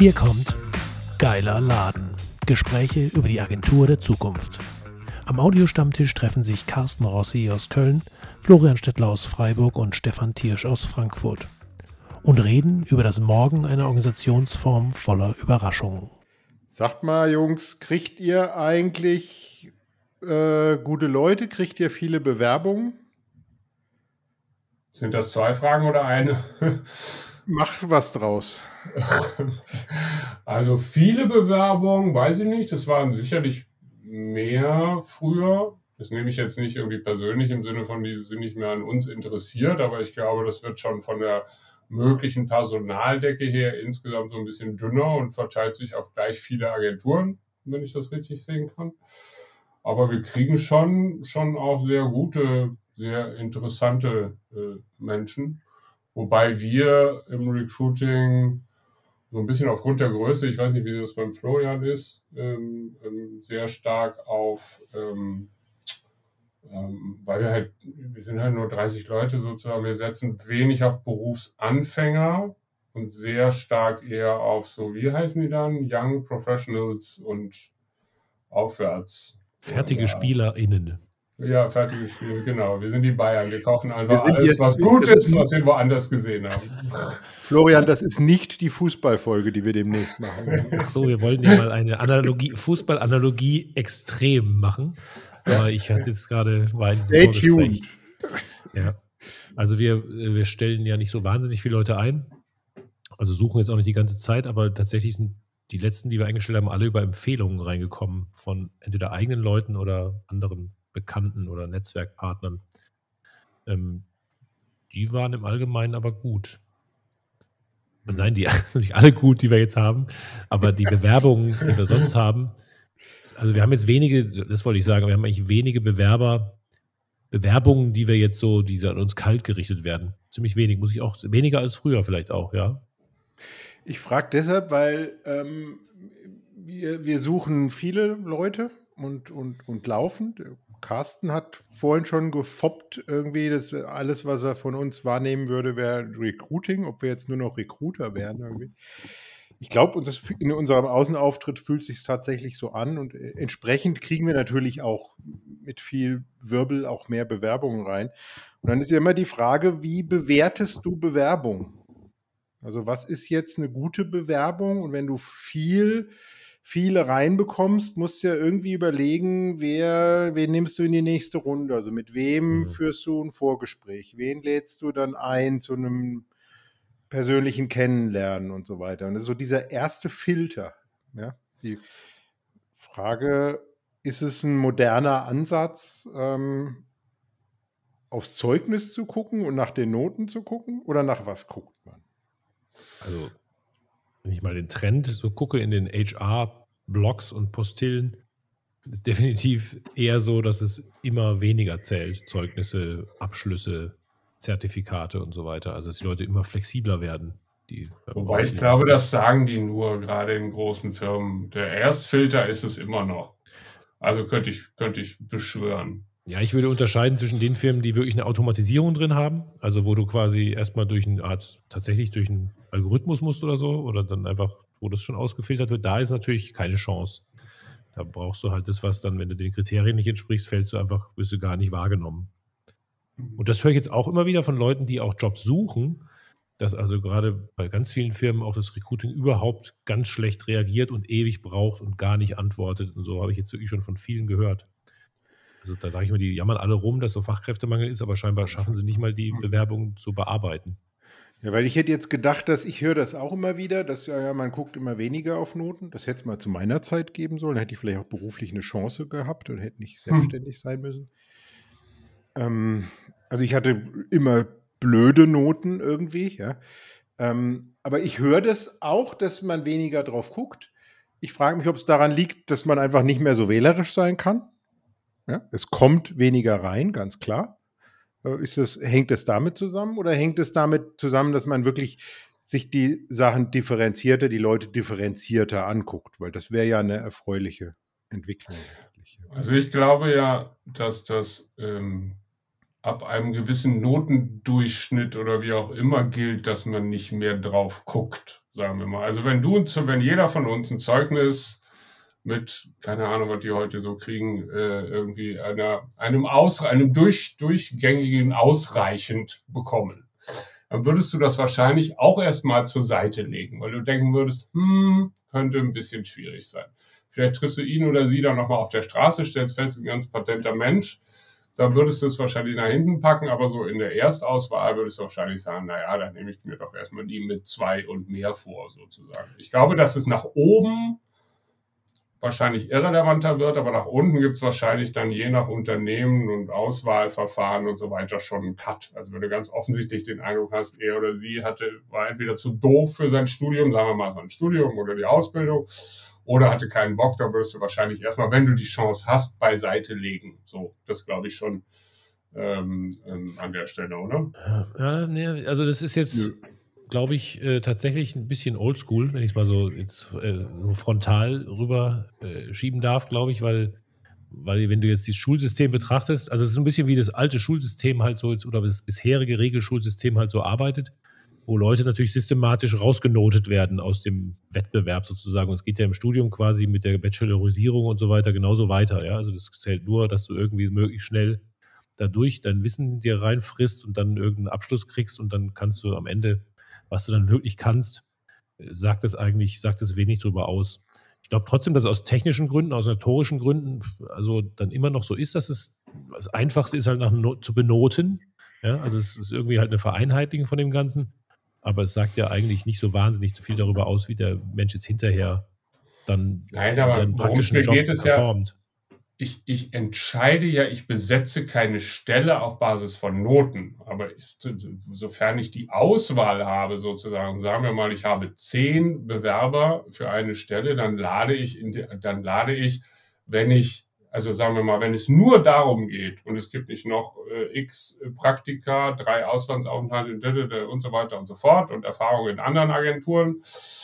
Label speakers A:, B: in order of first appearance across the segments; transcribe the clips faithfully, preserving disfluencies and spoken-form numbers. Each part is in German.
A: Hier kommt Geiler Laden. Gespräche über die Agentur der Zukunft. Am Audiostammtisch treffen sich Carsten Rossi aus Köln, Florian Stettler aus Freiburg und Stefan Thiersch aus Frankfurt und reden über das Morgen einer Organisationsform voller Überraschungen.
B: Sagt mal, Jungs, kriegt ihr eigentlich äh, gute Leute? Kriegt ihr viele Bewerbungen?
C: Sind das zwei Fragen oder eine?
B: Mach was draus.
C: Also viele Bewerbungen, weiß ich nicht. Das waren sicherlich mehr früher. Das nehme ich jetzt nicht irgendwie persönlich im Sinne von, die sind nicht mehr an uns interessiert, aber ich glaube, das wird schon von der möglichen Personaldecke her insgesamt so ein bisschen dünner und verteilt sich auf gleich viele Agenturen, wenn ich das richtig sehen kann. Aber wir kriegen schon, schon auch sehr gute, sehr interessante äh, Menschen. Wobei wir im Recruiting so ein bisschen aufgrund der Größe, ich weiß nicht, wie das beim Florian ist, ähm, ähm, sehr stark auf, ähm, ähm, weil wir halt, wir sind halt nur dreißig Leute sozusagen, wir setzen wenig auf Berufsanfänger und sehr stark eher auf so, wie heißen die dann? Young Professionals und aufwärts.
A: Fertige SpielerInnen.
C: Ja, fertige Spiele, genau. Wir sind die Bayern. Wir kaufen
B: Wir
C: einfach
B: sind
C: alles,
B: jetzt-
C: was gut
B: das
C: ist,
B: ist-
C: was wir woanders gesehen haben.
B: Florian, das ist nicht die Fußballfolge, die wir demnächst machen.
A: Ach so, wir wollten ja mal eine Analogie, Fußballanalogie extrem machen. Aber ich hatte jetzt gerade war in diesem
B: Stay
A: Vorgespräch.
B: tuned.
A: Ja. Also wir, wir stellen ja nicht so wahnsinnig viele Leute ein. Also suchen jetzt auch nicht die ganze Zeit, aber tatsächlich sind die letzten, die wir eingestellt haben, alle über Empfehlungen reingekommen von entweder eigenen Leuten oder anderen Bekannten oder Netzwerkpartnern. Ähm, die waren im Allgemeinen aber gut. Dann seien die natürlich alle gut, die wir jetzt haben, aber die Bewerbungen, die wir sonst haben, also wir haben jetzt wenige, das wollte ich sagen, wir haben eigentlich wenige Bewerber, Bewerbungen, die wir jetzt so, die an uns kalt gerichtet werden. Ziemlich wenig, muss ich auch, weniger als früher vielleicht auch, ja.
B: Ich frage deshalb, weil ähm, wir, wir suchen viele Leute und, und, und laufend. Carsten hat vorhin schon gefoppt, irgendwie, dass alles, was er von uns wahrnehmen würde, wäre Recruiting, ob wir jetzt nur noch Recruiter wären irgendwie. Ich glaube, und das in unserem Außenauftritt fühlt sich tatsächlich so an und äh, entsprechend kriegen wir natürlich auch mit viel Wirbel auch mehr Bewerbungen rein. Und dann ist ja immer die Frage, wie bewertest du Bewerbung? Also was ist jetzt eine gute Bewerbung? Und wenn du viel, viele reinbekommst, musst du ja irgendwie überlegen, wer, wen nimmst du in die nächste Runde? Also mit wem
A: Mhm.
B: führst du ein Vorgespräch? Wen lädst du dann ein zu einem persönlichen Kennenlernen und so weiter? Und das ist so dieser erste Filter. Ja? Die Frage, ist es ein moderner Ansatz, ähm, aufs Zeugnis zu gucken und nach den Noten zu gucken? Oder nach was guckt man?
A: Also, wenn ich mal den Trend so gucke in den H R-Blogs und Postillen, ist definitiv eher so, dass es immer weniger zählt. Zeugnisse, Abschlüsse, Zertifikate und so weiter. Also, dass die Leute immer flexibler werden. Die,
C: Wobei ich glaube, das sagen die nur gerade in großen Firmen. Der Erstfilter ist es immer noch. Also könnte ich, könnte ich beschwören.
A: Ja, ich würde unterscheiden zwischen den Firmen, die wirklich eine Automatisierung drin haben, also wo du quasi erstmal durch eine Art, tatsächlich durch einen Algorithmus musst oder so, oder dann einfach, wo das schon ausgefiltert wird, da ist natürlich keine Chance. Da brauchst du halt das, was dann, wenn du den Kriterien nicht entsprichst, fällst du einfach, wirst du gar nicht wahrgenommen. Und das höre ich jetzt auch immer wieder von Leuten, die auch Jobs suchen, dass also gerade bei ganz vielen Firmen auch das Recruiting überhaupt ganz schlecht reagiert und ewig braucht und gar nicht antwortet. Und so habe ich jetzt wirklich schon von vielen gehört. Also da sage ich mal, die jammern alle rum, dass so Fachkräftemangel ist, aber scheinbar schaffen sie nicht mal die Bewerbungen zu bearbeiten.
B: Ja, weil ich hätte jetzt gedacht, dass ich höre das auch immer wieder, dass ja, man guckt immer weniger auf Noten. Das hätte es mal zu meiner Zeit geben sollen. Dann hätte ich vielleicht auch beruflich eine Chance gehabt und hätte nicht selbstständig sein müssen. Ähm, also ich hatte immer blöde Noten irgendwie, ja. Ähm, aber ich höre das auch, dass man weniger drauf guckt. Ich frage mich, ob es daran liegt, dass man einfach nicht mehr so wählerisch sein kann. Ja, es kommt weniger rein, ganz klar. Äh, Ist das, hängt es damit zusammen oder hängt es damit zusammen, dass man wirklich sich die Sachen differenzierter, die Leute differenzierter anguckt? Weil das wäre ja eine erfreuliche Entwicklung letztlich.
C: Also ich glaube ja, dass das ähm, ab einem gewissen Notendurchschnitt oder wie auch immer gilt, dass man nicht mehr drauf guckt, sagen wir mal. Also wenn du, wenn jeder von uns ein Zeugnis mit, keine Ahnung, was die heute so kriegen, äh, irgendwie einer, einem, Aus, einem durch, durchgängigen ausreichend bekommen, dann würdest du das wahrscheinlich auch erstmal zur Seite legen, weil du denken würdest, hm, könnte ein bisschen schwierig sein. Vielleicht triffst du ihn oder sie dann nochmal auf der Straße, stellst fest, ein ganz patenter Mensch, dann würdest du es wahrscheinlich nach hinten packen, aber so in der Erstauswahl würdest du wahrscheinlich sagen, naja, dann nehme ich mir doch erstmal die mit zwei und mehr vor, sozusagen. Ich glaube, dass es nach oben wahrscheinlich irrelevanter wird, aber nach unten gibt es wahrscheinlich dann je nach Unternehmen und Auswahlverfahren und so weiter schon einen Cut. Also wenn du ganz offensichtlich den Eindruck hast, er oder sie hatte, war entweder zu doof für sein Studium, sagen wir mal sein Studium oder die Ausbildung, oder hatte keinen Bock, dann würdest du wahrscheinlich erstmal, wenn du die Chance hast, beiseite legen. So, das glaube ich schon ähm, ähm, an der Stelle, oder?
A: Ja, nee, also das ist jetzt, glaube ich, äh, tatsächlich ein bisschen oldschool, wenn ich es mal so jetzt äh, so frontal rüber äh, schieben darf, glaube ich, weil, weil wenn du jetzt das Schulsystem betrachtest, also es ist ein bisschen wie das alte Schulsystem halt so, oder das bisherige Regelschulsystem halt so arbeitet, wo Leute natürlich systematisch rausgenotet werden aus dem Wettbewerb sozusagen. Und es geht ja im Studium quasi mit der Bachelorisierung und so weiter genauso weiter. Ja? Also das zählt nur, dass du irgendwie möglichst schnell dadurch dein Wissen dir reinfrisst und dann irgendeinen Abschluss kriegst und dann kannst du am Ende, was du dann wirklich kannst, sagt das eigentlich, sagt das wenig drüber aus. Ich glaube trotzdem, dass es aus technischen Gründen, aus notorischen Gründen, also dann immer noch so ist, dass es das Einfachste ist halt nach Not zu benoten. Ja? Also es ist irgendwie halt eine Vereinheitlichung von dem Ganzen. Aber es sagt ja eigentlich nicht so wahnsinnig so viel darüber aus, wie der Mensch jetzt hinterher dann
C: Nein, aber
A: seinen
C: worum es
A: praktischen
C: mir
A: Job
C: geht, ist
A: performt.
C: ja, ich, ich entscheide ja, ich besetze keine Stelle auf Basis von Noten. Aber ist, sofern ich die Auswahl habe, sozusagen, sagen wir mal, ich habe zehn Bewerber für eine Stelle, dann lade ich, in die, dann lade ich, wenn ich Also sagen wir mal, wenn es nur darum geht und es gibt nicht noch äh, x Praktika, drei Auslandsaufenthalte und so weiter und so fort und Erfahrungen in anderen Agenturen,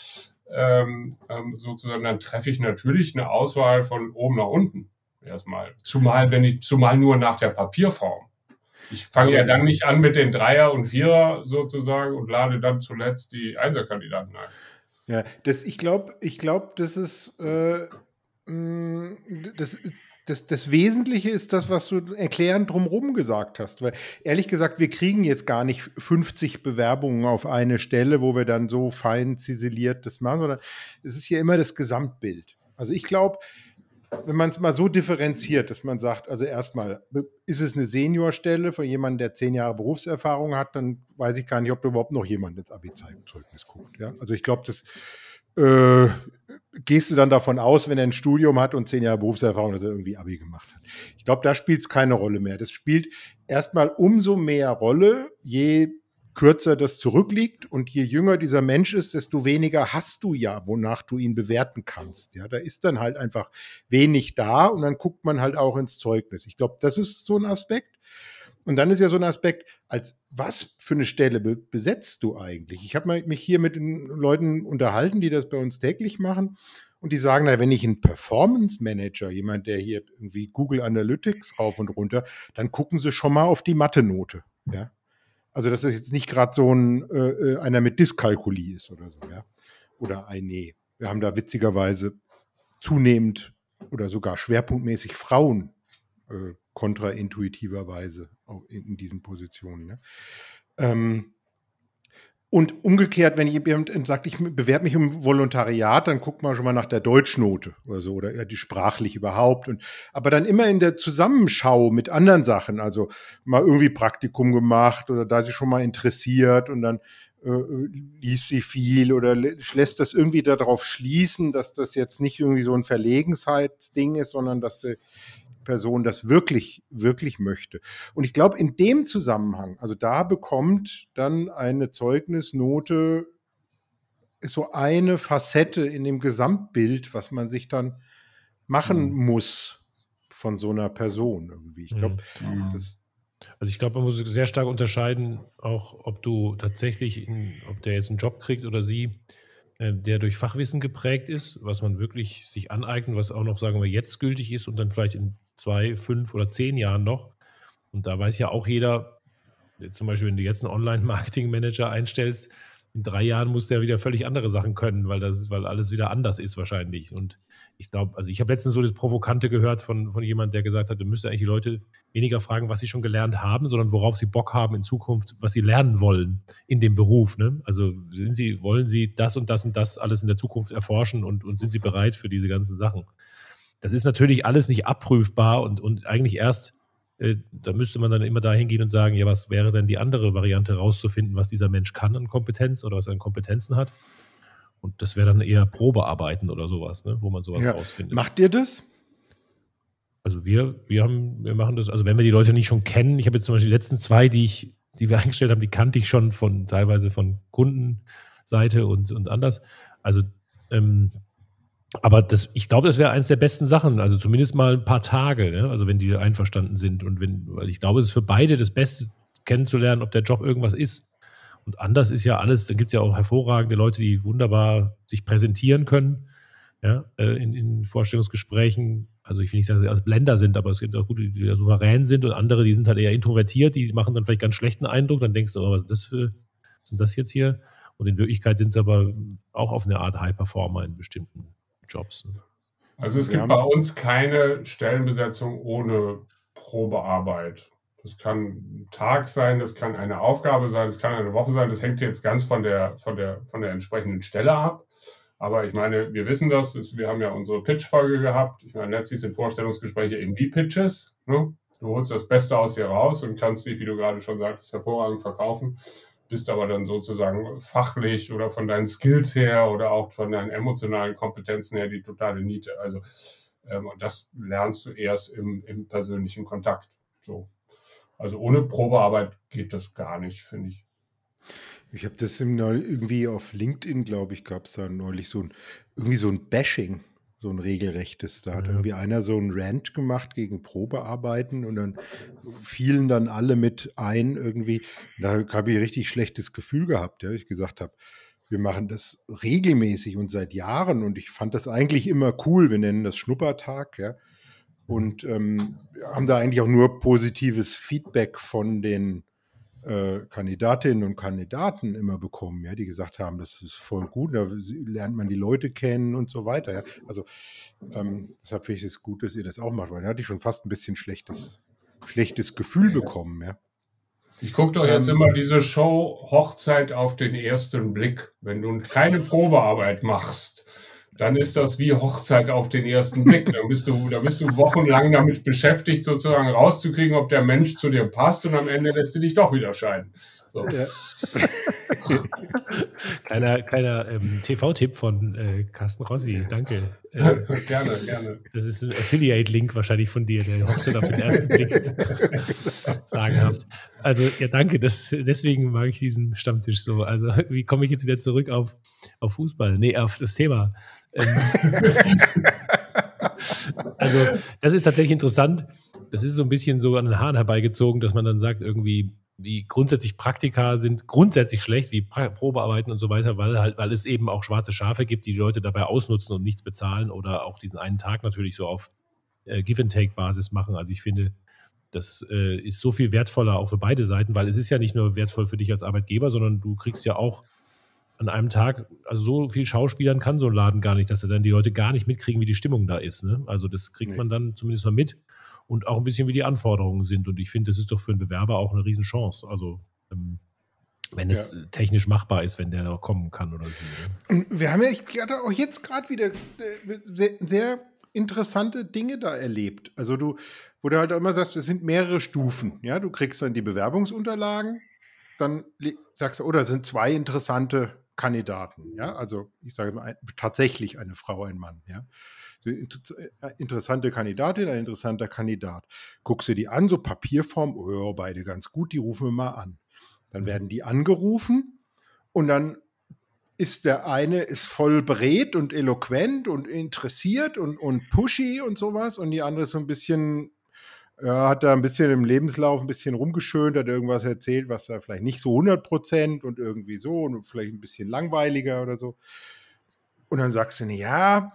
C: ähm, ähm, sozusagen, dann treffe ich natürlich eine Auswahl von oben nach unten erstmal. Zumal, wenn ich, zumal nur nach der Papierform. Ich fange ja dann nicht an mit den Dreier und Vierer sozusagen und lade dann zuletzt die Einserkandidaten ein.
B: Ja, das, ich glaube, ich glaube, das ist äh, mh, das ist Das, das Wesentliche ist das, was du erklärend drumherum gesagt hast. Weil ehrlich gesagt, wir kriegen jetzt gar nicht fünfzig Bewerbungen auf eine Stelle, wo wir dann so fein ziseliert das machen, sondern es ist ja immer das Gesamtbild. Also ich glaube, wenn man es mal so differenziert, dass man sagt, also erstmal, ist es eine Seniorstelle von jemandem, der zehn Jahre Berufserfahrung hat, dann weiß ich gar nicht, ob überhaupt noch jemand ins Abi-Zeugnis guckt. Ja? Also ich glaube, das äh, gehst du dann davon aus, wenn er ein Studium hat und zehn Jahre Berufserfahrung, dass er irgendwie Abi gemacht hat. Ich glaube, da spielt es keine Rolle mehr. Das spielt erstmal umso mehr Rolle, je kürzer das zurückliegt und je jünger dieser Mensch ist, desto weniger hast du ja, wonach du ihn bewerten kannst. Ja, da ist dann halt einfach wenig da und dann guckt man halt auch ins Zeugnis. Ich glaube, das ist so ein Aspekt. Und dann ist ja so ein Aspekt, als was für eine Stelle be- besetzt du eigentlich? Ich habe mich hier mit den Leuten unterhalten, die das bei uns täglich machen und die sagen, na, wenn ich einen Performance Manager, jemand, der hier irgendwie Google Analytics rauf und runter, dann gucken sie schon mal auf die Mathe-Note. Ja? Also dass das jetzt nicht gerade so ein äh, einer mit Dyskalkulie ist oder so. Ja? Oder ein, nee, wir haben da witzigerweise zunehmend oder sogar schwerpunktmäßig Frauen äh, kontraintuitiverweise auch in, in diesen Positionen. Ne? Ähm, und umgekehrt, wenn jemand sagt, ich bewerbe mich um Volontariat, dann guckt man schon mal nach der Deutschnote oder so oder die sprachlich überhaupt. Und, aber dann immer in der Zusammenschau mit anderen Sachen, also mal irgendwie Praktikum gemacht oder da sie schon mal interessiert und dann äh, liest sie viel oder lässt das irgendwie darauf schließen, dass das jetzt nicht irgendwie so ein Verlegenheitsding ist, sondern dass sie Person das wirklich, wirklich möchte. Und ich glaube, in dem Zusammenhang, also da bekommt dann eine Zeugnisnote ist so eine Facette in dem Gesamtbild, was man sich dann machen mhm. muss von so einer Person irgendwie. Ich glaube, mhm. das
A: Also ich glaube, man muss sehr stark unterscheiden, auch ob du tatsächlich, in, ob der jetzt einen Job kriegt oder sie, äh, der durch Fachwissen geprägt ist, was man wirklich sich aneignet, was auch noch, sagen wir, jetzt gültig ist und dann vielleicht in zwei, fünf oder zehn Jahren noch, Und da weiß ja auch jeder, zum Beispiel, wenn du jetzt einen Online-Marketing-Manager einstellst, in drei Jahren muss der wieder völlig andere Sachen können, weil das, weil alles wieder anders ist wahrscheinlich. Und ich glaube, also ich habe letztens so das Provokante gehört von, von jemand, der gesagt hat, du müsstest eigentlich die Leute weniger fragen, was sie schon gelernt haben, sondern worauf sie Bock haben in Zukunft, was sie lernen wollen in dem Beruf. Ne? Also sind sie, wollen sie das und das und das alles in der Zukunft erforschen und, und sind sie bereit für diese ganzen Sachen? Das ist natürlich alles nicht abprüfbar und, und eigentlich erst da müsste man dann immer dahin gehen und sagen, ja, was wäre denn die andere Variante, rauszufinden, was dieser Mensch kann an Kompetenz oder was er an Kompetenzen hat. Und das wäre dann eher Probearbeiten oder sowas, ne, wo man sowas
B: ja.
A: rausfindet.
B: Macht ihr das?
A: Also wir, wir haben, wir machen das, also wenn wir die Leute nicht schon kennen, ich habe jetzt zum Beispiel die letzten zwei, die ich, die wir eingestellt haben, die kannte ich schon von teilweise von Kundenseite und, und anders. Also ähm, aber das, ich glaube, das wäre eines der besten Sachen, also zumindest mal ein paar Tage, ne? Also wenn die einverstanden sind und wenn, weil ich glaube, es ist für beide das Beste, kennenzulernen, ob der Job irgendwas ist. Und anders ist ja alles, da gibt es ja auch hervorragende Leute, die wunderbar sich präsentieren können, ja, in, in Vorstellungsgesprächen. Also ich will nicht sagen, dass sie alles Blender sind, aber es gibt auch gute, die da souverän sind und andere, die sind halt eher introvertiert, die machen dann vielleicht ganz schlechten Eindruck, dann denkst du, oh, was ist das für, was ist das jetzt hier? Und in Wirklichkeit sind sie aber auch auf eine Art High-Performer in bestimmten Jobs.
C: Also es gibt bei uns keine Stellenbesetzung ohne Probearbeit. Das kann ein Tag sein, das kann eine Aufgabe sein, das kann eine Woche sein. Das hängt jetzt ganz von der, von der, von der entsprechenden Stelle ab. Aber ich meine, wir wissen das, wir haben ja unsere Pitch-Folge gehabt. Ich meine, letztlich sind Vorstellungsgespräche eben wie Pitches. Ne? Du holst das Beste aus dir raus und kannst dich, wie du gerade schon sagtest, hervorragend verkaufen. Bist aber dann sozusagen fachlich oder von deinen Skills her oder auch von deinen emotionalen Kompetenzen her die totale Niete. Also ähm, und das lernst du erst im, im persönlichen Kontakt. So. Also ohne Probearbeit geht das gar nicht, finde ich.
B: Ich habe das irgendwie auf LinkedIn, glaube ich, gab es da neulich so ein, irgendwie so ein Bashing, so ein regelrechtes. Da hat ja. irgendwie einer so einen Rant gemacht gegen Probearbeiten und dann fielen dann alle mit ein irgendwie. Da habe ich ein richtig schlechtes Gefühl gehabt, ja, ich gesagt habe, wir machen das regelmäßig und seit Jahren und ich fand das eigentlich immer cool. Wir nennen das Schnuppertag, ja. Und ähm, haben da eigentlich auch nur positives Feedback von den äh, Kandidatinnen und Kandidaten immer bekommen, ja, die gesagt haben, das ist voll gut, da lernt man die Leute kennen und so weiter. Ja. Also ähm, deshalb finde ich es gut, dass ihr das auch macht, weil da hatte ich schon fast ein bisschen schlechtes, schlechtes Gefühl bekommen. Ja.
C: Ich gucke doch jetzt ähm, immer diese Show Hochzeit auf den ersten Blick. Wenn du keine Probearbeit machst, dann ist das wie Hochzeit auf den ersten Blick. Dann bist du, da bist du wochenlang damit beschäftigt, sozusagen rauszukriegen, ob der Mensch zu dir passt und am Ende lässt du dich doch wieder scheiden. So. Ja.
A: kleiner kleiner ähm, T V-Tipp von äh, Carsten Rossi, danke. Äh,
C: gerne, gerne.
A: Das ist ein Affiliate-Link wahrscheinlich von dir, der Hochzeit auf den ersten Blick. Sagenhaft. Also ja, danke, das, deswegen mag ich diesen Stammtisch so. Also wie komme ich jetzt wieder zurück auf, auf Fußball? Nee, auf das Thema. Ähm, also das ist tatsächlich interessant. Das ist so ein bisschen so an den Haaren herbeigezogen, dass man dann sagt, irgendwie, wie grundsätzlich Praktika sind grundsätzlich schlecht, wie pra- Probearbeiten und so weiter, weil halt, weil es eben auch schwarze Schafe gibt, die die Leute dabei ausnutzen und nichts bezahlen oder auch diesen einen Tag natürlich so auf äh, Give-and-Take-Basis machen. Also ich finde, das äh, ist so viel wertvoller auch für beide Seiten, weil es ist ja nicht nur wertvoll für dich als Arbeitgeber, sondern du kriegst ja auch an einem Tag, also so viel Schauspielern kann so ein Laden gar nicht, dass dann die Leute gar nicht mitkriegen, wie die Stimmung da ist. Ne? Also das kriegt nee. man dann zumindest mal mit. Und auch ein bisschen, wie die Anforderungen sind. Und ich finde, das ist doch für einen Bewerber auch eine Riesenchance. Also, ähm, wenn es ja. technisch machbar ist, wenn der noch kommen kann oder so.
B: Ne? Wir haben ja auch jetzt gerade wieder sehr, sehr interessante Dinge da erlebt. Also, du, wo du halt auch immer sagst, es sind mehrere Stufen. Ja, du kriegst dann die Bewerbungsunterlagen, dann sagst du, oh, da sind zwei interessante Kandidaten. Ja, also, ich sage mal, tatsächlich eine Frau, ein Mann. Ja. Interessante Kandidatin, ein interessanter Kandidat. Guckst du die an, so Papierform, oh, beide ganz gut, die rufen wir mal an. Dann werden die angerufen und dann ist der eine ist voll beredt und eloquent und interessiert und, und pushy und sowas und die andere ist so ein bisschen, ja, hat da ein bisschen im Lebenslauf ein bisschen rumgeschönt, hat irgendwas erzählt, was da vielleicht nicht so hundert Prozent und irgendwie so und vielleicht ein bisschen langweiliger oder so. Und dann sagst du, nee, ja,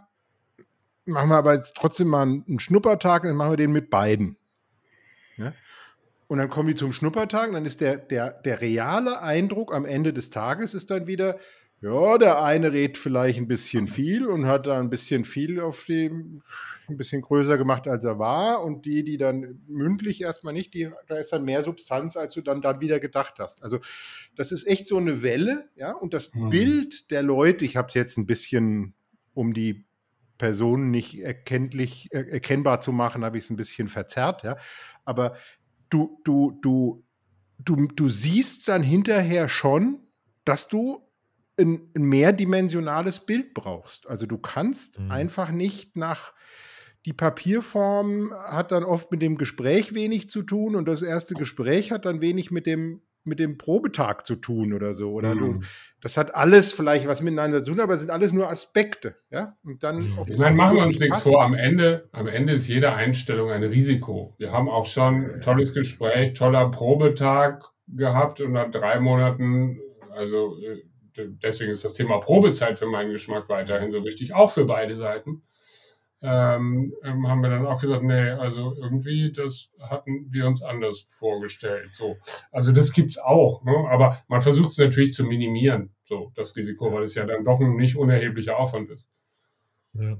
B: machen wir aber jetzt trotzdem mal einen Schnuppertag und dann machen wir den mit beiden. Ja? Und dann kommen die zum Schnuppertag und dann ist der, der, der reale Eindruck am Ende des Tages ist dann wieder, ja, der eine redet vielleicht ein bisschen viel und hat da ein bisschen viel auf dem, ein bisschen größer gemacht, als er war. Und die, die dann mündlich erstmal nicht, die, da ist dann mehr Substanz, als du dann, dann wieder gedacht hast. Also das ist echt so eine Welle, ja. Und das
C: Mhm.
B: Bild der Leute, ich habe es jetzt ein bisschen, um die Personen nicht erkenntlich, er, erkennbar zu machen, habe ich es ein bisschen verzerrt, ja. Aber du, du, du, du, du siehst dann hinterher schon, dass du ein, ein mehrdimensionales Bild brauchst. Also du kannst
A: Mhm.
B: einfach nicht nach, die Papierform hat dann oft mit dem Gespräch wenig zu tun und das erste Gespräch hat dann wenig mit dem, mit dem Probetag zu tun oder so. Oder du,
C: Mhm.
B: das hat alles vielleicht was miteinander zu tun, aber es sind alles nur Aspekte. Ja? Und dann,
A: Mhm.
B: ob
C: Ich meine,
B: es
C: machen wir
B: wirklich
C: uns nichts
B: passt.
C: vor, am Ende, am Ende ist jede Einstellung ein Risiko. Wir haben auch schon ein tolles Gespräch, toller Probetag gehabt und nach drei Monaten, also äh, deswegen ist das Thema Probezeit für meinen Geschmack weiterhin so wichtig, auch für beide Seiten. Ähm, ähm, haben wir dann auch gesagt, nee, also irgendwie, das hatten wir uns anders vorgestellt. So, also das gibt's auch, ne? Aber man versucht es natürlich zu minimieren, so das Risiko, weil es ja dann doch ein nicht unerheblicher Aufwand ist.
A: Ja.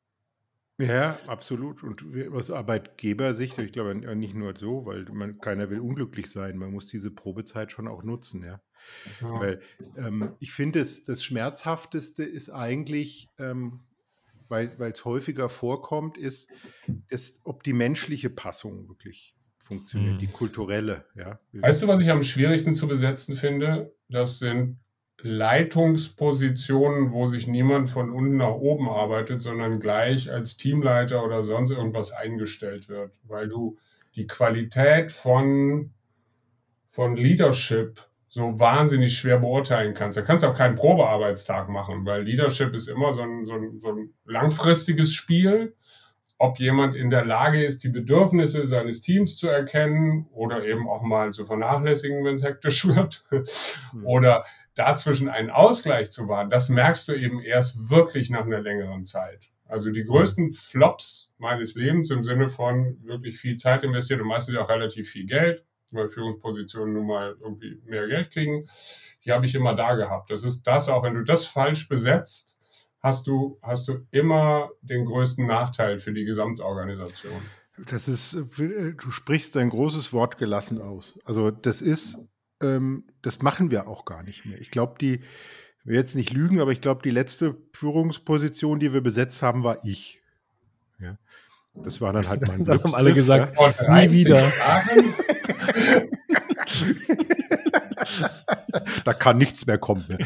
B: Ja, absolut. Und wir- aus Arbeitgebersicht, ich glaube ja nicht nur so, weil man, keiner will unglücklich sein. Man muss diese Probezeit schon auch nutzen, ja.
C: Ja.
B: Weil ähm, ich finde, das, das Schmerzhafteste ist eigentlich, ähm, weil es häufiger vorkommt, ist, ist, ob die menschliche Passung wirklich funktioniert,
A: Mhm.
B: die kulturelle, ja.
C: Weißt du, was ich am schwierigsten zu besetzen finde? Das sind Leitungspositionen, wo sich niemand von unten nach oben arbeitet, sondern gleich als Teamleiter oder sonst irgendwas eingestellt wird, weil du die Qualität von, von Leadership so wahnsinnig schwer beurteilen kannst. Da kannst du auch keinen Probearbeitstag machen, weil Leadership ist immer so ein, so ein, so ein langfristiges Spiel. Ob jemand in der Lage ist, die Bedürfnisse seines Teams zu erkennen oder eben auch mal zu vernachlässigen, wenn es hektisch wird,
B: Hm.
C: oder dazwischen einen Ausgleich zu wahren, das merkst du eben erst wirklich nach einer längeren Zeit. Also die größten Flops meines Lebens im Sinne von wirklich viel Zeit investiert und meistens auch relativ viel Geld, weil Führungspositionen nun mal irgendwie mehr Geld kriegen, die habe ich immer da gehabt. Das ist das auch, wenn du das falsch besetzt, hast du, hast du immer den größten Nachteil für die Gesamtorganisation.
B: Das ist, äh, du sprichst ein großes Wort gelassen aus. Also das ist, ähm, das machen wir auch gar nicht mehr. Ich glaube, die, ich will jetzt nicht lügen, aber ich glaube, die letzte Führungsposition, die wir besetzt haben, war ich. Ja. Das war dann halt mein
A: Dann haben alle
B: Glücksgriff,
A: gesagt,
C: Vor
A: nie
C: dreißig
A: wieder.
C: Jahren,
B: da kann nichts mehr kommen. Ne?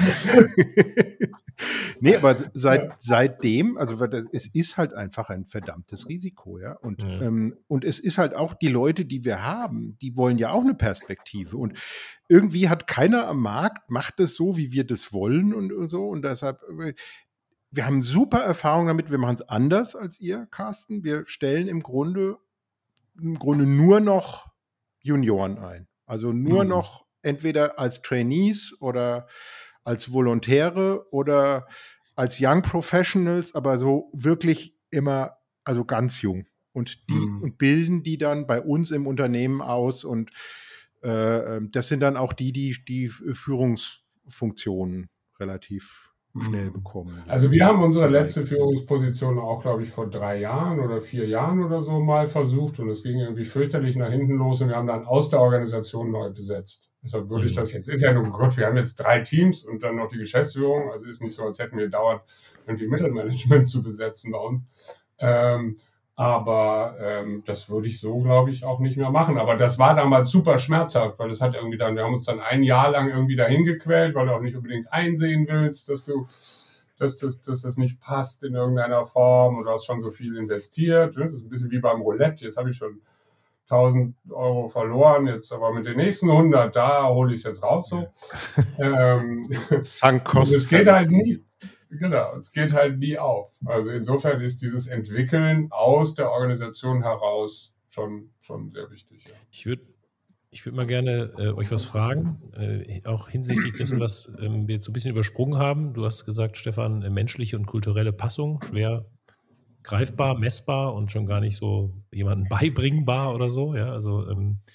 B: Nee, aber seit, seitdem, also weil das- es ist halt einfach ein verdammtes Risiko, ja. Und,
A: Ja.
B: ähm, und es ist halt auch die Leute, die wir haben, die wollen ja auch eine Perspektive. Und irgendwie hat keiner am Markt, macht es so, wie wir das wollen und, und so. Und deshalb, äh, wir haben super Erfahrung damit, wir machen es anders als ihr, Carsten. Wir stellen im Grunde, im Grunde nur noch Junioren ein. Also nur
C: Mhm.
B: noch entweder als Trainees oder als Volontäre oder als Young Professionals, aber so wirklich immer, also ganz jung. Und die
C: Mhm.
B: und bilden die dann bei uns im Unternehmen aus. Und äh, ähm, das sind dann auch die, die die Führungsfunktionen relativ schnell
C: Mhm.
B: bekommen.
C: Also wir haben unsere letzte
B: Geneigt sind.
C: Führungsposition auch, glaube ich, vor drei Jahren oder vier Jahren oder so mal versucht und es ging irgendwie fürchterlich nach hinten los und wir haben dann aus der Organisation neu besetzt. Deshalb würde ich
A: Mhm.
C: das jetzt, ist ja nur Gott, wir haben jetzt drei Teams und dann noch die Geschäftsführung, also ist nicht so, als hätten wir dauernd irgendwie Mittelmanagement zu besetzen bei uns. Ähm, aber ähm, das würde ich so, glaube ich, auch nicht mehr machen. Aber das war damals super schmerzhaft, weil das hat irgendwie dann, wir haben uns dann ein Jahr lang irgendwie dahin gequält, weil du auch nicht unbedingt einsehen willst, dass du, dass das, dass das nicht passt in irgendeiner Form und du hast schon so viel investiert. Ne? Das ist ein bisschen wie beim Roulette. Jetzt habe ich schon tausend Euro verloren, jetzt aber mit den nächsten hundert, da hole ich es jetzt raus. So. ähm,
B: Sunk
C: und
B: Cost
C: es geht halt
B: Fallacy.
C: nie, genau, es geht halt nie auf. Also insofern ist dieses Entwickeln aus der Organisation heraus schon, schon sehr wichtig. Ja.
A: Ich würde ich würd mal gerne äh, euch was fragen, äh, auch hinsichtlich dessen, was ähm, wir jetzt so ein bisschen übersprungen haben. Du hast gesagt, Stefan, äh, menschliche und kulturelle Passung, schwer greifbar, messbar und schon gar nicht so jemandem beibringbar oder so. Ja, also ähm,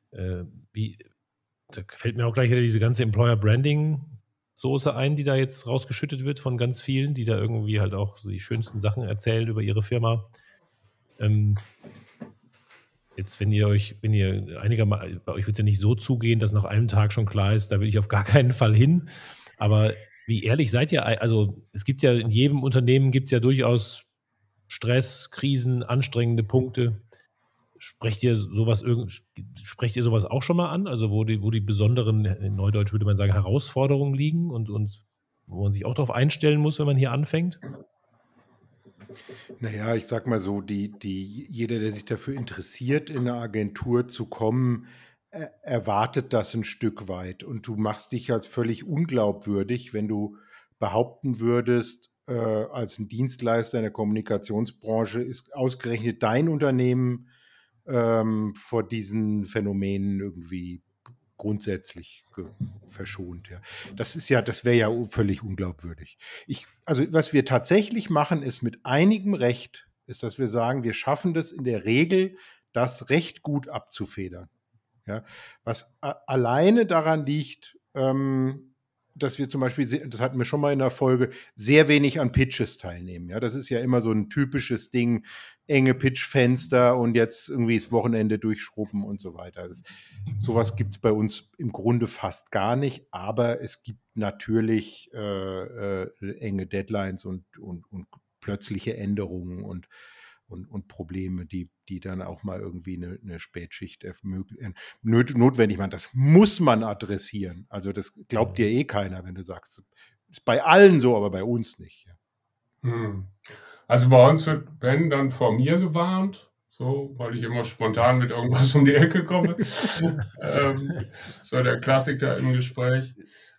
A: Äh, wie, da fällt mir auch gleich wieder diese ganze Employer-Branding-Soße ein, die da jetzt rausgeschüttet wird von ganz vielen, die da irgendwie halt auch so die schönsten Sachen erzählen über ihre Firma. Ähm, jetzt, wenn ihr euch, wenn ihr einigermaßen, bei euch wird es ja nicht so zugehen, dass nach einem Tag schon klar ist, da will ich auf gar keinen Fall hin. Aber wie ehrlich seid ihr? Also es gibt ja in jedem Unternehmen gibt es ja durchaus Stress, Krisen, anstrengende Punkte. Sprecht ihr sowas irgend, sprecht ihr sowas auch schon mal an? Also wo die, wo die besonderen, in Neudeutsch würde man sagen, Herausforderungen liegen und, und wo man sich auch darauf einstellen muss, wenn man hier anfängt?
B: Naja, ich sag mal so, die, die, jeder, der sich dafür interessiert, in eine Agentur zu kommen, er, erwartet das ein Stück weit. Und du machst dich als völlig unglaubwürdig, wenn du behaupten würdest, äh, als ein Dienstleister in der Kommunikationsbranche ist ausgerechnet dein Unternehmen ähm, vor diesen Phänomenen irgendwie grundsätzlich ge- verschont. Ja. Das ist ja, das wäre ja u- völlig unglaubwürdig. Ich, also was wir tatsächlich machen, ist mit einigem Recht, ist, dass wir sagen, wir schaffen das in der Regel, das recht gut abzufedern. Ja. Was a- alleine daran liegt, ähm, dass wir zum Beispiel, se- das hatten wir schon mal in der Folge, sehr wenig an Pitches teilnehmen. Ja, das ist ja immer so ein typisches Ding, enge Pitchfenster und jetzt irgendwie das Wochenende durchschrubben und so weiter. Das, sowas gibt es bei uns im Grunde fast gar nicht, aber es gibt natürlich äh, äh, enge Deadlines und, und, und plötzliche Änderungen und, und, und Probleme, die, die dann auch mal irgendwie eine, eine Spätschicht ermög- äh, nöt- notwendig machen. Das muss man adressieren. Also das glaubt dir eh keiner, wenn du sagst, ist bei allen so, aber bei uns nicht. Ja.
C: Hm. Also bei uns wird Ben dann vor mir gewarnt, so, weil ich immer spontan mit irgendwas um die Ecke komme. ähm, so der Klassiker im Gespräch.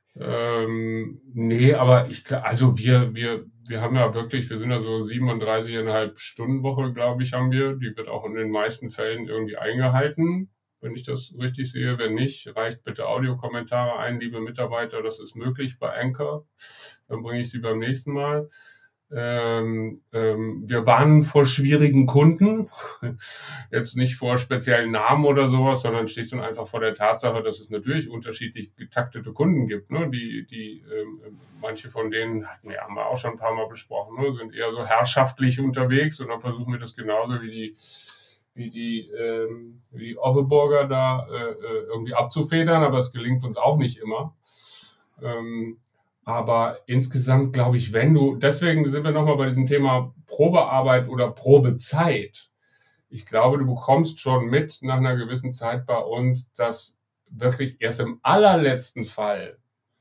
C: Ähm, nee, aber ich, gl- also wir, wir, wir haben ja wirklich, wir sind ja so siebenunddreißig Komma fünf Stunden Woche, glaube ich, haben wir. Die wird auch in den meisten Fällen irgendwie eingehalten, wenn ich das richtig sehe. Wenn nicht, reicht bitte Audiokommentare ein, liebe Mitarbeiter, das ist möglich bei Anchor. Dann bringe ich sie beim nächsten Mal. Ähm, ähm, wir warnen vor schwierigen Kunden, jetzt nicht vor speziellen Namen oder sowas, sondern schlicht und einfach vor der Tatsache, dass es natürlich unterschiedlich getaktete Kunden gibt. Ne? Die, die ähm, manche von denen hatten wir, haben wir auch schon ein paar Mal besprochen, ne? Sind eher so herrschaftlich unterwegs und dann versuchen wir das genauso wie die wie die, ähm, wie die Offenburger da äh, irgendwie abzufedern, aber es gelingt uns auch nicht immer. Ähm, Aber insgesamt glaube ich, wenn du, deswegen sind wir nochmal bei diesem Thema Probearbeit oder Probezeit. Ich glaube, du bekommst schon mit nach einer gewissen Zeit bei uns, dass wirklich erst im allerletzten Fall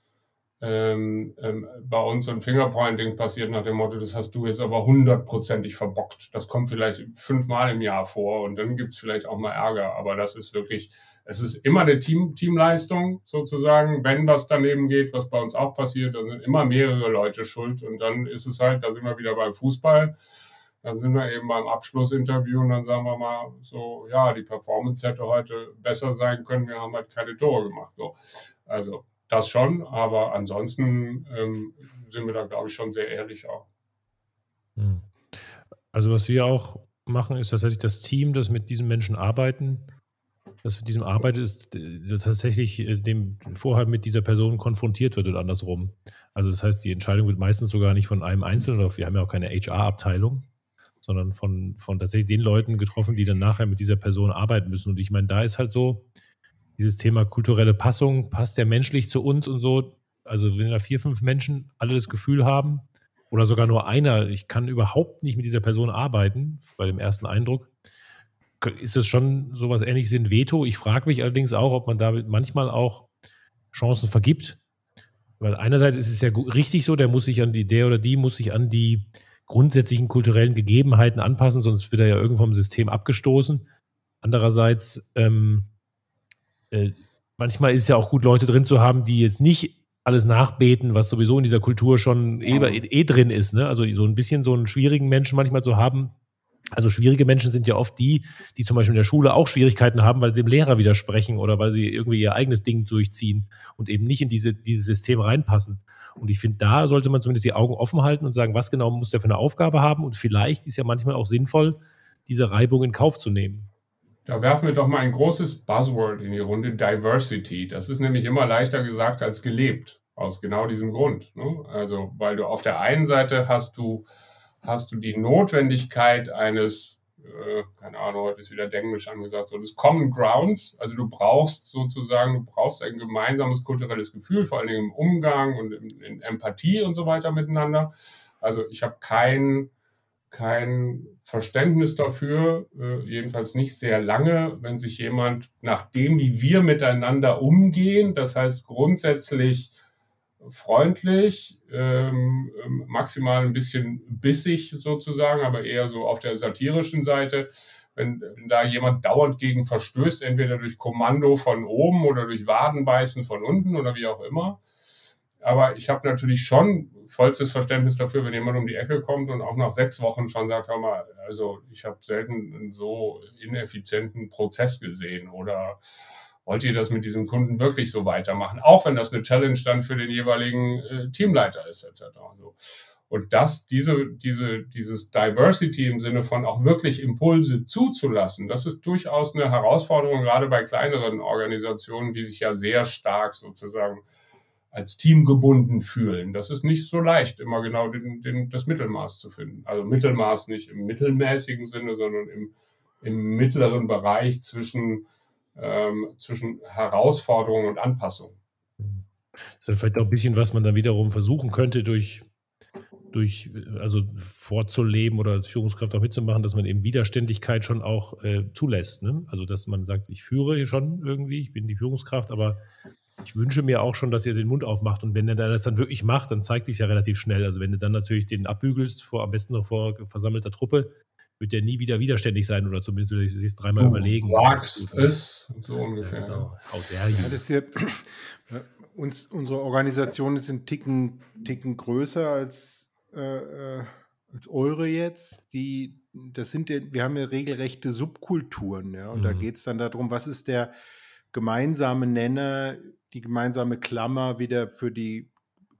C: ähm, ähm, bei uns so ein Fingerpointing passiert nach dem Motto, das hast du jetzt aber hundertprozentig verbockt. Das kommt vielleicht fünfmal im Jahr vor und dann gibt es vielleicht auch mal Ärger, aber das ist wirklich, es ist immer eine Team, Teamleistung sozusagen. Wenn was daneben geht, was bei uns auch passiert, dann sind immer mehrere Leute schuld und dann ist es halt, da sind wir wieder beim Fußball, dann sind wir eben beim Abschlussinterview und dann sagen wir mal so, ja, die Performance hätte heute besser sein können, wir haben halt keine Tore gemacht. So. Also das schon, aber ansonsten ähm, sind wir da, glaube ich, schon sehr ehrlich auch.
A: Hm. Also was wir auch machen, ist tatsächlich das Team, das mit diesen Menschen arbeiten, das mit diesem arbeitet, ist äh, tatsächlich äh, dem vorher mit dieser Person konfrontiert wird oder andersrum. Also das heißt, die Entscheidung wird meistens sogar nicht von einem Einzelnen, oder wir haben ja auch keine H R-Abteilung, sondern von, von tatsächlich den Leuten getroffen, die dann nachher mit dieser Person arbeiten müssen. Und ich meine, da ist halt so, dieses Thema kulturelle Passung, passt der menschlich zu uns und so. Also wenn da vier, fünf Menschen alle das Gefühl haben, oder sogar nur einer, ich kann überhaupt nicht mit dieser Person arbeiten, bei dem ersten Eindruck, ist es schon sowas Ähnliches wie ein Veto. Ich frage mich allerdings auch, ob man damit manchmal auch Chancen vergibt. Weil einerseits ist es ja gu- richtig so, der muss sich an die, der oder die muss sich an die grundsätzlichen kulturellen Gegebenheiten anpassen, sonst wird er ja irgendwo vom System abgestoßen. Andererseits, ähm, äh, manchmal ist es ja auch gut, Leute drin zu haben, die jetzt nicht alles nachbeten, was sowieso in dieser Kultur schon eh, eh, eh drin ist. Ne? Also so ein bisschen so einen schwierigen Menschen manchmal zu haben. Also schwierige Menschen sind ja oft die, die zum Beispiel in der Schule auch Schwierigkeiten haben, weil sie dem Lehrer widersprechen oder weil sie irgendwie ihr eigenes Ding durchziehen und eben nicht in diese, dieses System reinpassen. Und ich finde, da sollte man zumindest die Augen offen halten und sagen, was genau muss der für eine Aufgabe haben. Und vielleicht ist ja manchmal auch sinnvoll, diese Reibung in Kauf zu nehmen.
C: Da werfen wir doch mal ein großes Buzzword in die Runde, Diversity. Das ist nämlich immer leichter gesagt als gelebt, aus genau diesem Grund. Ne? Also, weil du auf der einen Seite hast du, hast du die Notwendigkeit eines, äh, keine Ahnung, heute ist wieder Denglisch angesagt, so des Common Grounds. Also du brauchst sozusagen, du brauchst ein gemeinsames kulturelles Gefühl, vor allen Dingen im Umgang und in, in Empathie und so weiter miteinander. Also ich habe kein, kein Verständnis dafür, äh, jedenfalls nicht sehr lange, wenn sich jemand nach dem, wie wir miteinander umgehen, das heißt grundsätzlich freundlich, ähm, maximal ein bisschen bissig sozusagen, aber eher so auf der satirischen Seite, wenn, wenn da jemand dauernd gegen verstößt, entweder durch Kommando von oben oder durch Wadenbeißen von unten oder wie auch immer. Aber ich habe natürlich schon vollstes Verständnis dafür, wenn jemand um die Ecke kommt und auch nach sechs Wochen schon sagt, hör mal, also ich habe selten einen so ineffizienten Prozess gesehen oder wollt ihr das mit diesem Kunden wirklich so weitermachen, auch wenn das eine Challenge dann für den jeweiligen äh, Teamleiter ist et cetera. Also, und das, diese, diese, dieses Diversity im Sinne von auch wirklich Impulse zuzulassen, das ist durchaus eine Herausforderung, gerade bei kleineren Organisationen, die sich ja sehr stark sozusagen als Team gebunden fühlen. Das ist nicht so leicht, immer genau den, den, das Mittelmaß zu finden. Also Mittelmaß nicht im mittelmäßigen Sinne, sondern im, im mittleren Bereich zwischen, ähm, zwischen Herausforderung und Anpassung.
A: Das ist dann vielleicht auch ein bisschen, was man dann wiederum versuchen könnte, durch, durch also vorzuleben oder als Führungskraft auch mitzumachen, dass man eben Widerständigkeit schon auch äh, zulässt. Ne? Also dass man sagt, ich führe hier schon irgendwie, ich bin die Führungskraft, aber ich wünsche mir auch schon, dass ihr den Mund aufmacht. Und wenn er das dann wirklich macht, dann zeigt sich es ja relativ schnell. Also wenn du dann natürlich den abbügelst, vor, am besten noch vor versammelter Truppe, wird der nie wieder widerständig sein oder zumindest würde ich es dreimal
C: du
A: überlegen.
C: Du sagst es, so ungefähr.
A: Ja, genau. How
B: dare you. Ja, das ist ja, uns, unsere Organisation ist ein Ticken, Ticken größer als, äh, als eure jetzt. Die, das sind ja, wir haben ja regelrechte Subkulturen. Ja? Und mhm. da geht es dann darum, was ist der gemeinsame Nenner, die gemeinsame Klammer wieder für die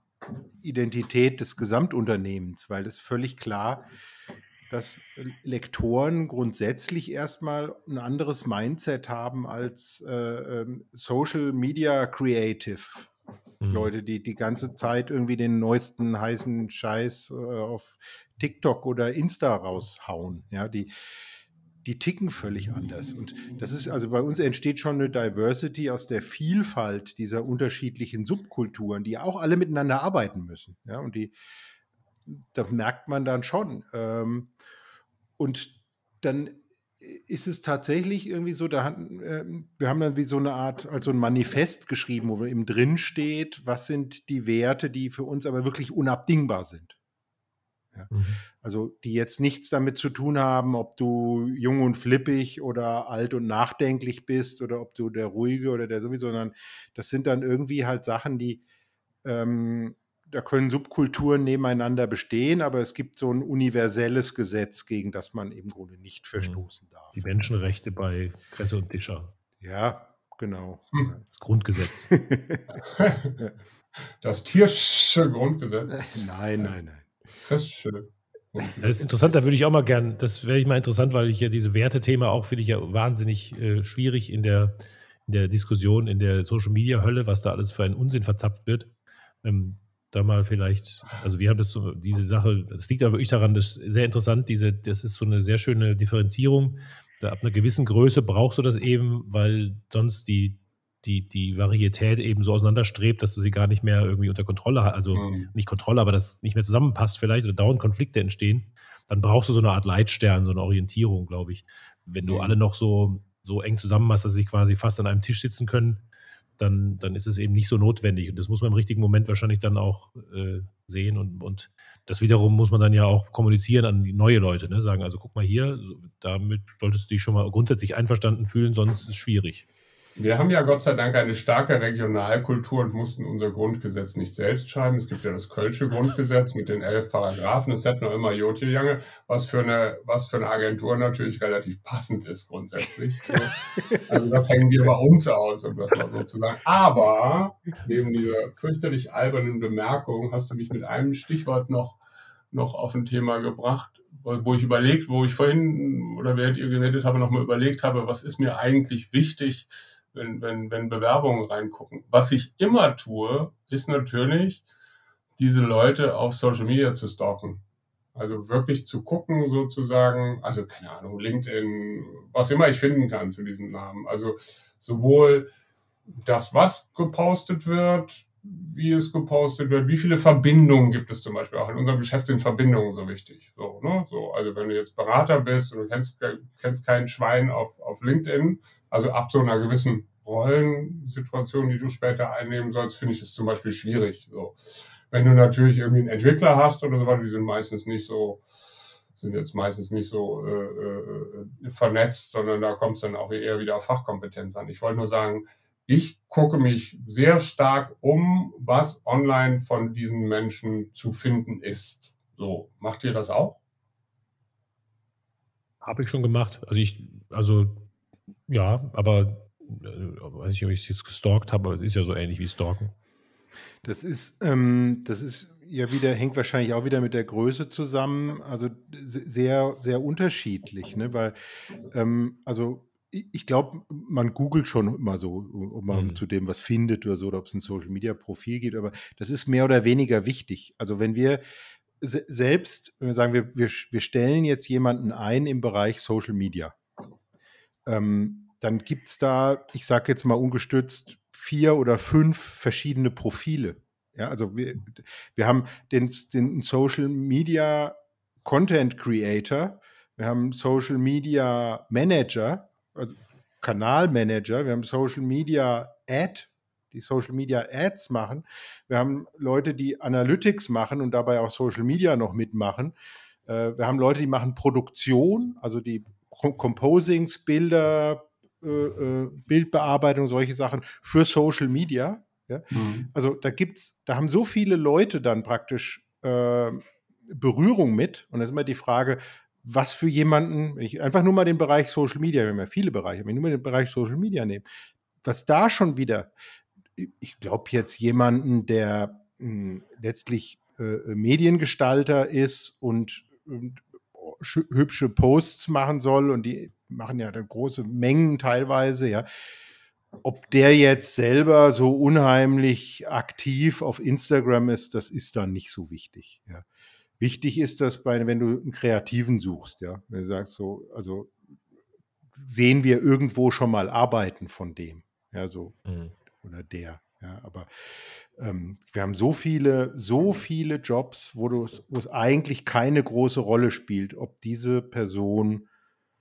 B: Identität des Gesamtunternehmens, weil es völlig klar, dass Lektoren grundsätzlich erstmal ein anderes Mindset haben als äh, Social Media Creative. Mhm. Leute, die die ganze Zeit irgendwie den neuesten heißen Scheiß äh, auf TikTok oder Insta raushauen. Ja, die Die ticken völlig anders. Und das ist, also bei uns entsteht schon eine Diversity aus der Vielfalt dieser unterschiedlichen Subkulturen, die auch alle miteinander arbeiten müssen. Ja, und die, das merkt man dann schon. Und dann ist es tatsächlich irgendwie so, da hatten, äh, wir haben dann wie so eine Art, also ein Manifest geschrieben, wo eben drin steht, was sind die Werte, die für uns aber wirklich unabdingbar sind. Ja. Mhm. Also die jetzt nichts damit zu tun haben, ob du jung und flippig oder alt und nachdenklich bist oder ob du der Ruhige oder der sowieso, sondern das sind dann irgendwie halt Sachen, die, ähm, da können Subkulturen nebeneinander bestehen, aber es gibt so ein universelles Gesetz, gegen das man im Grunde nicht verstoßen darf.
A: Die Menschenrechte bei Kresse und Discher.
B: Ja, genau.
A: Das Grundgesetz.
C: Das tierische Grundgesetz.
B: Nein, nein, nein.
C: Das ist schön.
A: Das ist interessant, da würde ich auch mal gern, das wäre ich mal interessant, weil ich ja diese Wertethema auch finde ich ja wahnsinnig äh, schwierig in der, in der Diskussion, in der Social-Media-Hölle, was da alles für einen Unsinn verzapft wird. Ähm, da mal vielleicht, also wir haben das so, diese Sache, das liegt aber wirklich daran, das ist sehr interessant, diese, das ist so eine sehr schöne Differenzierung. Da ab einer gewissen Größe brauchst du das eben, weil sonst die Die, die Varietät eben so auseinanderstrebt, dass du sie gar nicht mehr irgendwie unter Kontrolle hast, also mhm. nicht Kontrolle, aber das nicht mehr zusammenpasst vielleicht oder dauernd Konflikte entstehen, dann brauchst du so eine Art Leitstern, so eine Orientierung, glaube ich. Wenn du mhm. alle noch so, so eng zusammen hast, dass sie quasi fast an einem Tisch sitzen können, dann, dann ist es eben nicht so notwendig. Und das muss man im richtigen Moment wahrscheinlich dann auch äh, sehen. Und, und das wiederum muss man dann ja auch kommunizieren an die neue Leute, ne? Sagen, also guck mal hier, damit solltest du dich schon mal grundsätzlich einverstanden fühlen, sonst ist es schwierig.
C: Wir haben ja Gott sei Dank eine starke Regionalkultur und mussten unser Grundgesetz nicht selbst schreiben. Es gibt ja das Kölsche Grundgesetz mit den elf Paragraphen. Das hat noch immer Jotje Jange, was für eine, was für eine Agentur natürlich relativ passend ist grundsätzlich. So. Also das hängen wir bei uns aus, um das mal so zu sagen. Aber neben dieser fürchterlich albernen Bemerkung hast du mich mit einem Stichwort noch, noch auf ein Thema gebracht, wo ich überlegt, wo ich vorhin oder während ihr geredet habe, nochmal überlegt habe, was ist mir eigentlich wichtig, wenn, wenn, wenn Bewerbungen reingucken. Was ich immer tue, ist natürlich, diese Leute auf Social Media zu stalken. Also wirklich zu gucken sozusagen, also keine Ahnung, LinkedIn, was immer ich finden kann zu diesem Namen. Also sowohl das, was gepostet wird, wie es gepostet wird, wie viele Verbindungen gibt es zum Beispiel. Auch in unserem Geschäft sind Verbindungen so wichtig. So, ne? So, also wenn du jetzt Berater bist und du kennst, kennst kein Schwein auf, auf LinkedIn, also ab so einer gewissen Rollensituation, die du später einnehmen sollst, finde ich das zum Beispiel schwierig. So. Wenn du natürlich irgendwie einen Entwickler hast oder so weiter, die sind meistens nicht so, sind jetzt meistens nicht so äh, äh, vernetzt, sondern da kommt es dann auch eher wieder auf Fachkompetenz an. Ich wollte nur sagen, ich gucke mich sehr stark um, was online von diesen Menschen zu finden ist. So, macht ihr das auch?
A: Habe ich schon gemacht. Also ich, also ja, aber äh, weiß nicht, ob ich es jetzt gestalkt habe, aber es ist ja so ähnlich wie Stalken.
B: Das ist, ähm, das ist ja wieder, hängt wahrscheinlich auch wieder mit der Größe zusammen, also sehr, sehr unterschiedlich, ne? Weil, ähm, also ich, ich glaube, man googelt schon immer so, ob man
A: Mhm.
B: zu dem was findet oder so, oder ob es ein Social Media Profil gibt, aber das ist mehr oder weniger wichtig. Also wenn wir se selbst, wenn wir sagen, wir, wir, wir stellen jetzt jemanden ein im Bereich Social Media, ähm, dann gibt es da, ich sage jetzt mal ungestützt, vier oder fünf verschiedene Profile. Ja, also wir, wir haben den, den Social Media Content Creator, wir haben Social Media Manager, also Kanalmanager, wir haben Social Media Ad, die Social Media Ads machen, wir haben Leute, die Analytics machen und dabei auch Social Media noch mitmachen. Äh, wir haben Leute, die machen Produktion, also die Composings, Bilder, äh, äh, Bildbearbeitung, solche Sachen für Social Media. Ja?
C: Mhm.
B: Also da gibt's, da haben so viele Leute dann praktisch äh, Berührung mit. Und da ist immer die Frage, was für jemanden, wenn ich einfach nur mal den Bereich Social Media, wir haben ja viele Bereiche, wenn ich nur mal den Bereich Social Media nehme, was da schon wieder, ich glaube jetzt jemanden, der mh, letztlich äh, Mediengestalter ist und, und hübsche Posts machen soll und die machen ja dann große Mengen teilweise, ja. Ob der jetzt selber so unheimlich aktiv auf Instagram ist, das ist dann nicht so wichtig, ja. Wichtig ist das, bei, wenn du einen Kreativen suchst, ja. Wenn du sagst so, also sehen wir irgendwo schon mal Arbeiten von dem, ja, so,
A: Mhm.
B: oder der, ja, aber ähm, wir haben so viele, so viele Jobs, wo, du, wo es eigentlich keine große Rolle spielt, ob diese Person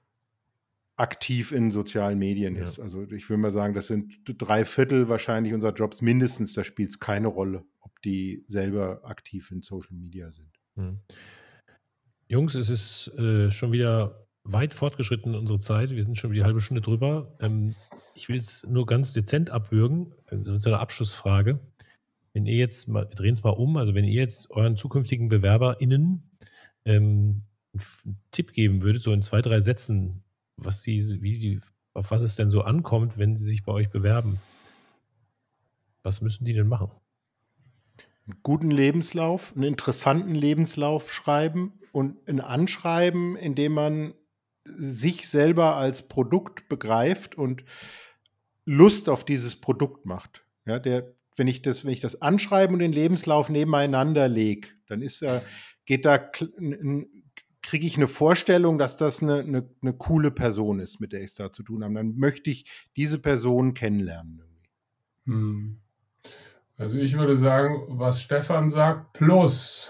B: aktiv in sozialen Medien
A: Ja.
B: ist. Also ich will mal sagen, das sind drei Viertel wahrscheinlich unserer Jobs mindestens, da spielt es keine Rolle, ob die selber aktiv in Social Media sind.
A: Mhm. Jungs, es ist äh, schon wieder weit fortgeschritten in unserer Zeit. Wir sind schon wieder die halbe Stunde drüber. Ähm, ich will es nur ganz dezent abwürgen. Das ist eine Abschlussfrage. Wenn ihr jetzt mal, wir drehen es mal um, also wenn ihr jetzt euren zukünftigen BewerberInnen ähm, einen Tipp geben würdet, so in zwei, drei Sätzen, was sie, wie die, auf was es denn so ankommt, wenn sie sich bei euch bewerben. Was müssen die denn machen?
B: Einen guten Lebenslauf, einen interessanten Lebenslauf schreiben und ein Anschreiben, in dem man sich selber als Produkt begreift und Lust auf dieses Produkt macht. Ja, der, wenn ich das, wenn ich das Anschreiben und den Lebenslauf nebeneinander lege, dann ist da, geht da, kriege ich eine Vorstellung, dass das eine, eine, eine coole Person ist, mit der ich es da zu tun habe. Dann möchte ich diese Person kennenlernen.
C: Hm. Also ich würde sagen, was Stefan sagt, plus.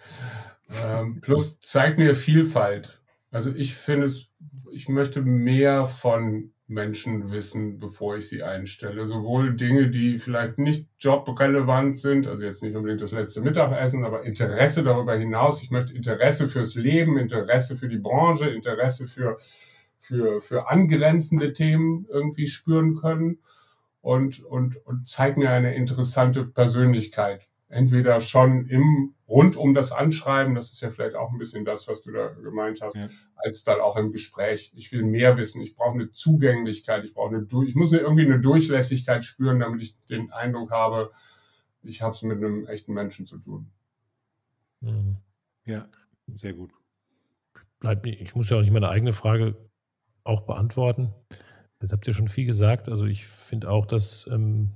C: ähm, plus zeigt mir Vielfalt. Also ich finde es, ich möchte mehr von Menschen wissen, bevor ich sie einstelle. Sowohl Dinge, die vielleicht nicht jobrelevant sind, also jetzt nicht unbedingt das letzte Mittagessen, aber Interesse darüber hinaus. Ich möchte Interesse fürs Leben, Interesse für die Branche, Interesse für, für, für angrenzende Themen irgendwie spüren können. Und, und, und zeig mir eine interessante Persönlichkeit. Entweder schon im rund um das Anschreiben, das ist ja vielleicht auch ein bisschen das, was du da gemeint hast, ja, als dann auch im Gespräch. Ich will mehr wissen, ich brauche eine Zugänglichkeit, ich brauche eine, ich muss eine, irgendwie eine Durchlässigkeit spüren, damit ich den Eindruck habe, ich habe es mit einem echten Menschen zu tun.
B: Ja, sehr gut.
A: bleibt, ich muss ja auch nicht meine eigene Frage auch beantworten. Jetzt habt ihr schon viel gesagt. Also ich finde auch, dass ähm,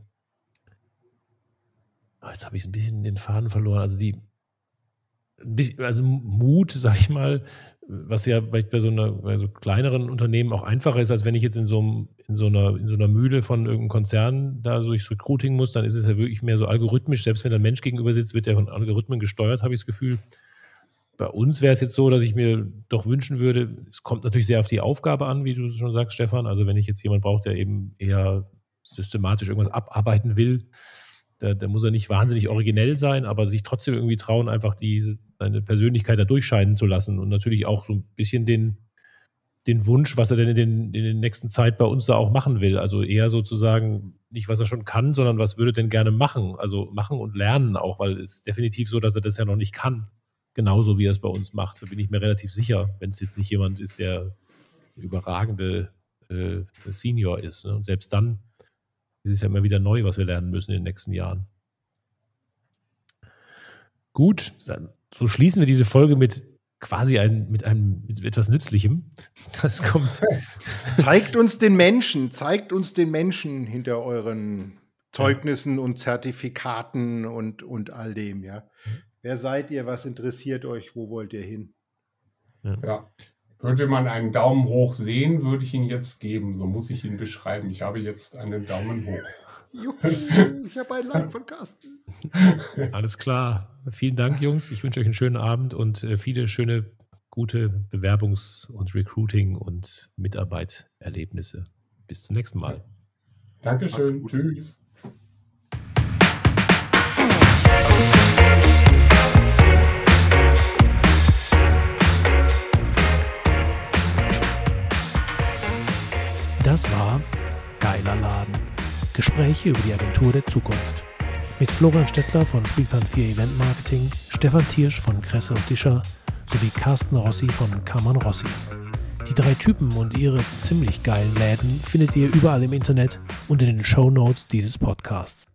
A: jetzt habe ich ein bisschen den Faden verloren. Also die ein bisschen, also Mut, sag ich mal, was ja vielleicht bei so einer bei so kleineren Unternehmen auch einfacher ist, als wenn ich jetzt in so, einem, in so einer in so einer Mühle von irgendeinem Konzern da so durchs Recruiting muss, dann ist es ja wirklich mehr so algorithmisch. Selbst wenn ein Mensch gegenüber sitzt, wird der von Algorithmen gesteuert, habe ich das Gefühl. Bei uns wäre es jetzt so, dass ich mir doch wünschen würde, es kommt natürlich sehr auf die Aufgabe an, wie du schon sagst, Stefan. Also wenn ich jetzt jemanden brauche, der eben eher systematisch irgendwas abarbeiten will, da, da muss er nicht wahnsinnig originell sein, aber sich trotzdem irgendwie trauen, einfach die, seine Persönlichkeit da durchscheinen zu lassen und natürlich auch so ein bisschen den, den Wunsch, was er denn in, den, in der nächsten Zeit bei uns da auch machen will. Also eher sozusagen nicht, was er schon kann, sondern was würde er denn gerne machen. Also machen und lernen auch, weil es ist definitiv so, dass er das ja noch nicht kann. Genauso wie er es bei uns macht. Da bin ich mir relativ sicher, wenn es jetzt nicht jemand ist, der überragende äh, Senior ist. Ne? Und selbst dann ist es ja immer wieder neu, was wir lernen müssen in den nächsten Jahren. Gut, so schließen wir diese Folge mit quasi ein, mit einem mit etwas Nützlichem. Das kommt.
B: Zeigt uns den Menschen, zeigt uns den Menschen hinter euren Zeugnissen und Zertifikaten und, und all dem, ja. Wer seid ihr? Was interessiert euch? Wo wollt ihr hin?
C: Ja. ja. Könnte man einen Daumen hoch sehen, würde ich ihn jetzt geben. So muss ich ihn beschreiben. Ich habe jetzt einen Daumen hoch.
B: Juhu, ich habe ein Like von Carsten.
A: Alles klar. Vielen Dank, Jungs. Ich wünsche euch einen schönen Abend und viele schöne, gute Bewerbungs- und Recruiting- und Mitarbeiterlebnisse. Bis zum nächsten Mal.
C: Dankeschön. Tschüss.
D: Das war Geiler Laden. Gespräche über die Agentur der Zukunft. Mit Florian Stettler von Spielplan vier Event Marketing, Stefan Thiersch von Kresse und Discher sowie Carsten Rossi von Kammern Rossi. Die drei Typen und ihre ziemlich geilen Läden findet ihr überall im Internet und in den Shownotes dieses Podcasts.